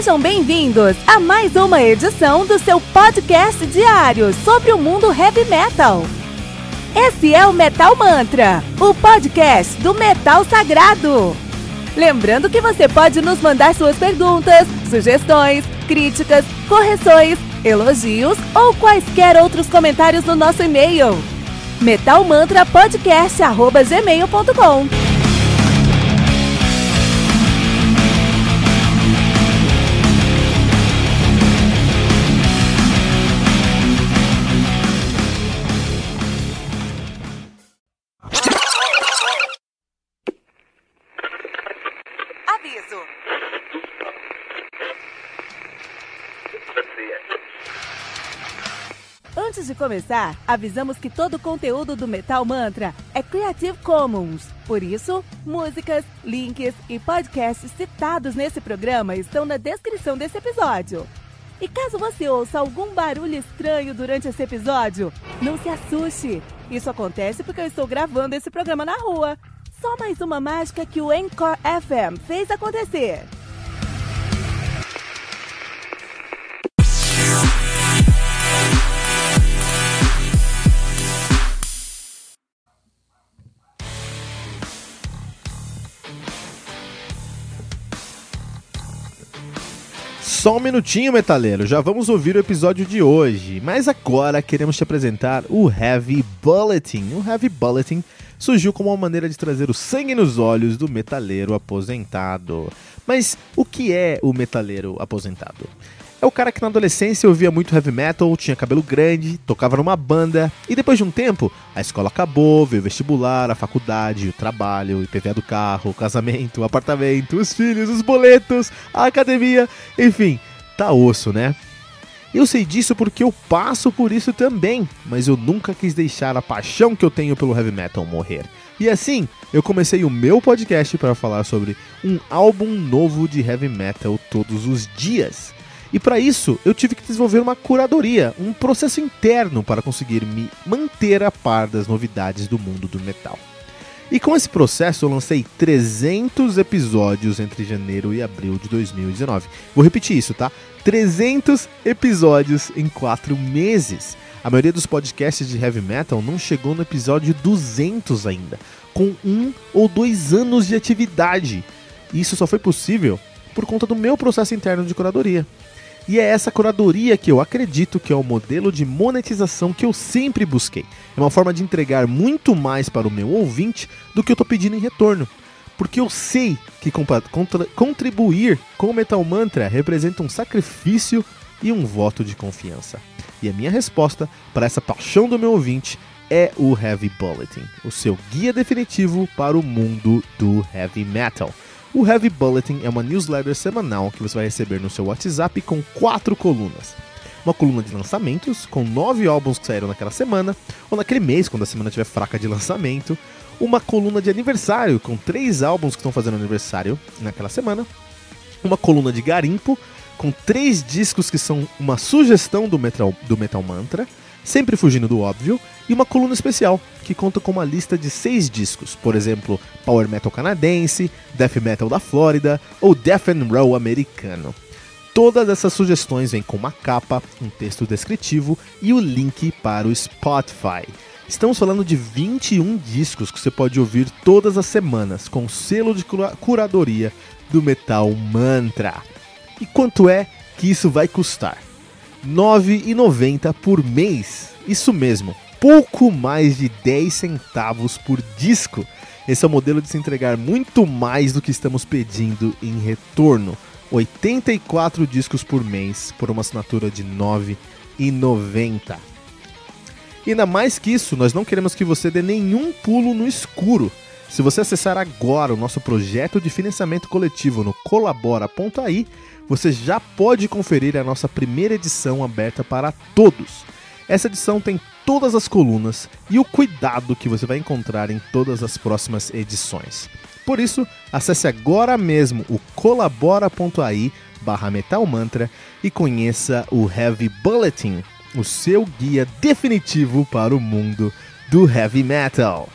Sejam bem-vindos a mais uma edição do seu podcast diário sobre o mundo heavy metal. Esse é o Metal Mantra, o podcast do metal sagrado. Lembrando que você pode nos mandar suas perguntas, sugestões, críticas, correções, elogios ou quaisquer outros comentários no nosso e-mail metalmantrapodcast@gmail.com. Aviso. Antes de começar, avisamos que todo o conteúdo do Metal Mantra é Creative Commons. Por isso, músicas, links e podcasts citados nesse programa estão na descrição desse episódio. E caso você ouça algum barulho estranho durante esse episódio, não se assuste. Isso acontece porque eu estou gravando esse programa na rua. Só mais uma mágica que o Anchor FM fez acontecer. Só um minutinho, metaleiro, já vamos ouvir o episódio de hoje, mas agora queremos te apresentar o Heavy Bulletin. O Heavy Bulletin surgiu como uma maneira de trazer o sangue nos olhos do metaleiro aposentado. Mas o que é o metaleiro aposentado? É o cara que na adolescência ouvia muito heavy metal, tinha cabelo grande, tocava numa banda e depois de um tempo a escola acabou, veio o vestibular, a faculdade, o trabalho, o IPVA do carro, o casamento, o apartamento, os filhos, os boletos, a academia, enfim, tá osso, né? Eu sei disso porque eu passo por isso também, mas eu nunca quis deixar a paixão que eu tenho pelo heavy metal morrer. E assim, eu comecei o meu podcast para falar sobre um álbum novo de heavy metal todos os dias. E para isso, eu tive que desenvolver uma curadoria, um processo interno para conseguir me manter a par das novidades do mundo do metal. E com esse processo eu lancei 300 episódios entre janeiro e abril de 2019. Vou repetir isso, tá? 300 episódios em 4 meses. A maioria dos podcasts de heavy metal não chegou no episódio 200 ainda, com 1 ou 2 anos de atividade. E isso só foi possível por conta do meu processo interno de curadoria. E é essa curadoria que eu acredito que é o modelo de monetização que eu sempre busquei. É uma forma de entregar muito mais para o meu ouvinte do que eu estou pedindo em retorno. Porque eu sei que contribuir com o Metal Mantra representa um sacrifício e um voto de confiança. E a minha resposta para essa paixão do meu ouvinte é o Heavy Bulletin, o seu guia definitivo para o mundo do heavy metal. O Heavy Bulletin é uma newsletter semanal que você vai receber no seu WhatsApp com 4 colunas. Uma coluna de lançamentos, com 9 álbuns que saíram naquela semana, ou naquele mês, quando a semana estiver fraca de lançamento. Uma coluna de aniversário, com 3 álbuns que estão fazendo aniversário naquela semana. Uma coluna de garimpo, com 3 discos que são uma sugestão do Metal Mantra, sempre fugindo do óbvio, e uma coluna especial, que conta com uma lista de 6 discos, por exemplo, Power Metal canadense, Death Metal da Flórida ou Death and Roll americano. Todas essas sugestões vêm com uma capa, um texto descritivo e o link para o Spotify. Estamos falando de 21 discos que você pode ouvir todas as semanas, com selo de curadoria do Metal Mantra. E quanto é que isso vai custar? R$ 9,90 por mês, isso mesmo, pouco mais de 10 centavos por disco. Esse é o modelo de se entregar muito mais do que estamos pedindo em retorno. 84 discos por mês por uma assinatura de R$ 9,90. E ainda mais que isso, nós não queremos que você dê nenhum pulo no escuro. Se você acessar agora o nosso projeto de financiamento coletivo no colabora.ai, você já pode conferir a nossa primeira edição aberta para todos. Essa edição tem todas as colunas e o cuidado que você vai encontrar em todas as próximas edições. Por isso, acesse agora mesmo o colabora.ai/metalmantra e conheça o Heavy Bulletin, o seu guia definitivo para o mundo do heavy metal.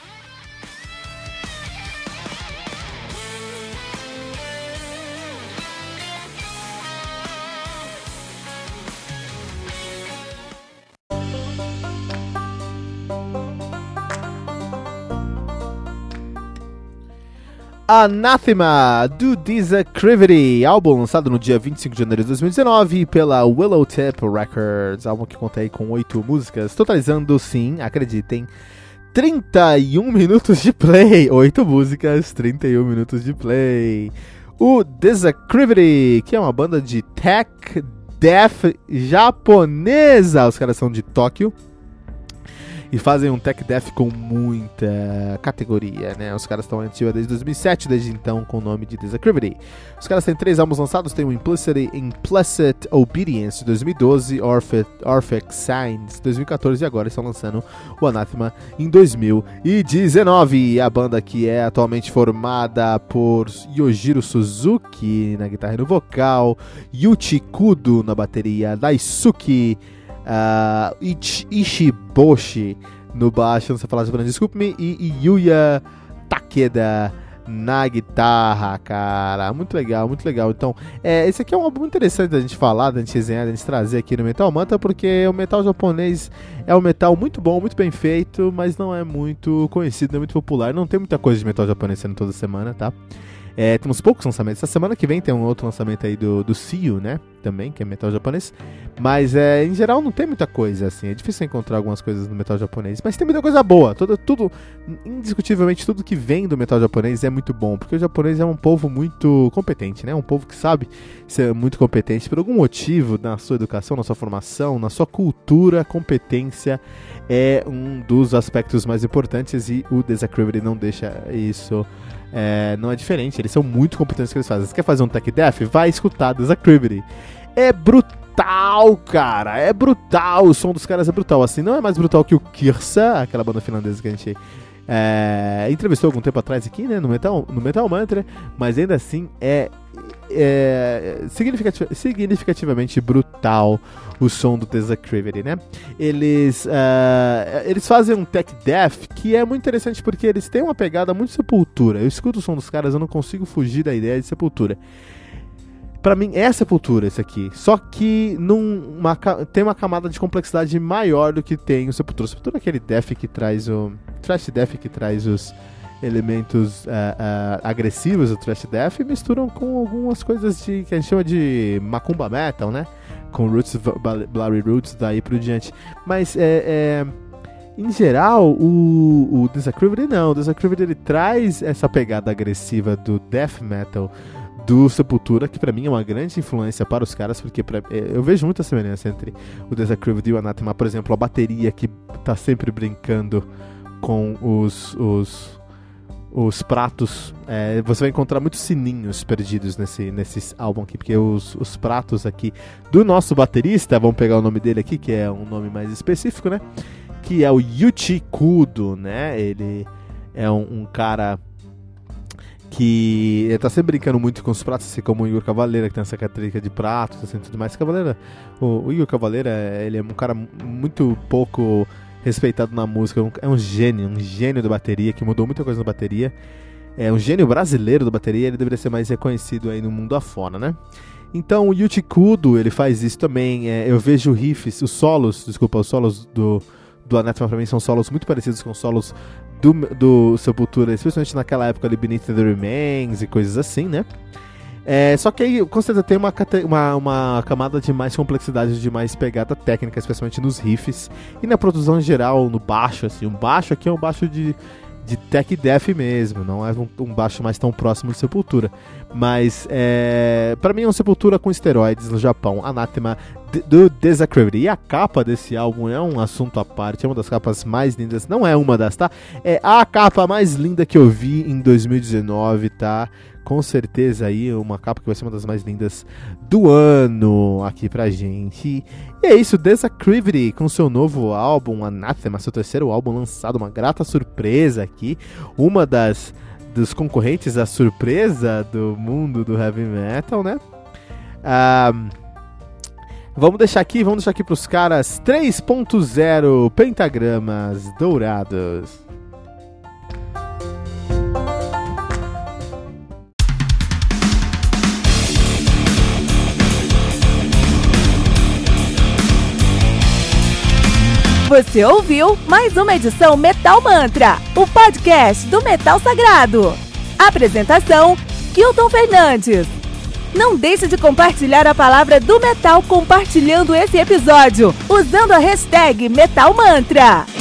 Anathema, do Disacrivity, álbum lançado no dia 25 de janeiro de 2019 pela Willowtip Records, álbum que conta aí com 8 músicas, totalizando, sim, acreditem, 31 minutos de play. 8 músicas, 31 minutos de play. O Disacrivity, que é uma banda de tech death japonesa, os caras são de Tóquio e fazem um tech death com muita categoria, né? Os caras estão ativos desde 2007, desde então com o nome de Disacrivity. Os caras têm 3 álbuns lançados, tem o Implicit Obedience de 2012, Orphic Signs de 2014 e agora estão lançando o Anathema em 2019. A banda que é atualmente formada por Yojiro Suzuki na guitarra e no vocal, Yuchi Kudo na bateria, Daisuke Ishiboshi no baixo, não sei falar japonês, desculpe-me, e Yuya Takeda na guitarra, cara. Muito legal, muito legal. Então, esse aqui é um álbum interessante da gente falar, da gente resenhar, da gente trazer aqui no Metal Mantra, porque o metal japonês é um metal muito bom, muito bem feito, mas não é muito conhecido, não é muito popular. Não tem muita coisa de metal japonês sendo toda semana, tá? Temos poucos lançamentos. Essa semana que vem tem um outro lançamento aí do Seiyu, né? Também, que é metal japonês. Mas, em geral, não tem muita coisa, assim. É difícil encontrar algumas coisas no metal japonês. Mas tem muita coisa boa. Tudo, indiscutivelmente, tudo que vem do metal japonês é muito bom. Porque o japonês é um povo muito competente, né? Um povo que sabe ser muito competente. Por algum motivo, na sua educação, na sua formação, na sua cultura, competência é um dos aspectos mais importantes. E o Disacrivity não deixa isso... não é diferente, eles são muito competentes no que eles fazem. Você quer fazer um tech death? Vai escutar Disacrivity. É brutal, cara, é brutal. O som dos caras é brutal, assim, não é mais brutal que o Kirsa, aquela banda finlandesa que a gente entrevistou algum tempo atrás aqui, né, no Metal Mantra, mas ainda assim é significativamente brutal o som do Disacrivity, né? Eles fazem um tech death que é muito interessante porque eles têm uma pegada muito Sepultura. Eu escuto o som dos caras, eu não consigo fugir da ideia de Sepultura. Pra mim é Sepultura esse aqui, só que tem uma camada de complexidade maior do que tem o Sepultura. O Sepultura é aquele death que traz o thrash death, que traz os elementos agressivos do thrash death e misturam com algumas coisas que a gente chama de macumba metal, né? Com roots, Blurry Roots, daí por diante. Mas em geral, o Disacrivity não. O Disacrivity ele traz essa pegada agressiva do death metal do Sepultura, que pra mim é uma grande influência para os caras, porque eu vejo muita semelhança entre o Disacrivity e o Anathema. Por exemplo, a bateria que tá sempre brincando com os pratos, você vai encontrar muitos sininhos perdidos nesse álbum aqui, porque os pratos aqui do nosso baterista, vamos pegar o nome dele aqui, que é um nome mais específico, né, que é o Yuchi Kudo, né, ele é um cara que tá sempre brincando muito com os pratos, assim como o Igor Cavaleira, que tem essa característica de pratos, assim, tudo mais. O Igor Cavaleira, ele é um cara muito pouco respeitado na música, é um gênio da bateria, que mudou muita coisa na bateria, é um gênio brasileiro da bateria, ele deveria ser mais reconhecido aí no mundo afora, né? Então o Yuchi Kudo, ele faz isso também, eu vejo riffs, os solos do Anathema pra mim são solos muito parecidos com os solos do Sepultura, especialmente naquela época ali, Beneath the Remains e coisas assim, né? Só que aí, com certeza, tem uma camada de mais complexidade, de mais pegada técnica, especialmente nos riffs e na produção em geral, no baixo, assim. O baixo aqui é um baixo de tech death mesmo, não é um baixo mais tão próximo de Sepultura. Mas, pra mim é um Sepultura com esteroides no Japão, Anathema do Disacrivity. E a capa desse álbum é um assunto à parte, é uma das capas mais lindas, não é uma das, tá? É a capa mais linda que eu vi em 2019, tá? Com certeza aí, uma capa que vai ser uma das mais lindas do ano aqui pra gente. E é isso, Disacrivity com seu novo álbum, Anathema, seu terceiro álbum lançado, uma grata surpresa aqui. Uma dos concorrentes à surpresa do mundo do heavy metal, né? Vamos deixar aqui pros caras 3.0 pentagramas dourados. Você ouviu mais uma edição Metal Mantra, o podcast do Metal Sagrado. Apresentação: Kilton Fernandes. Não deixe de compartilhar a palavra do metal compartilhando esse episódio, usando a hashtag Metal Mantra.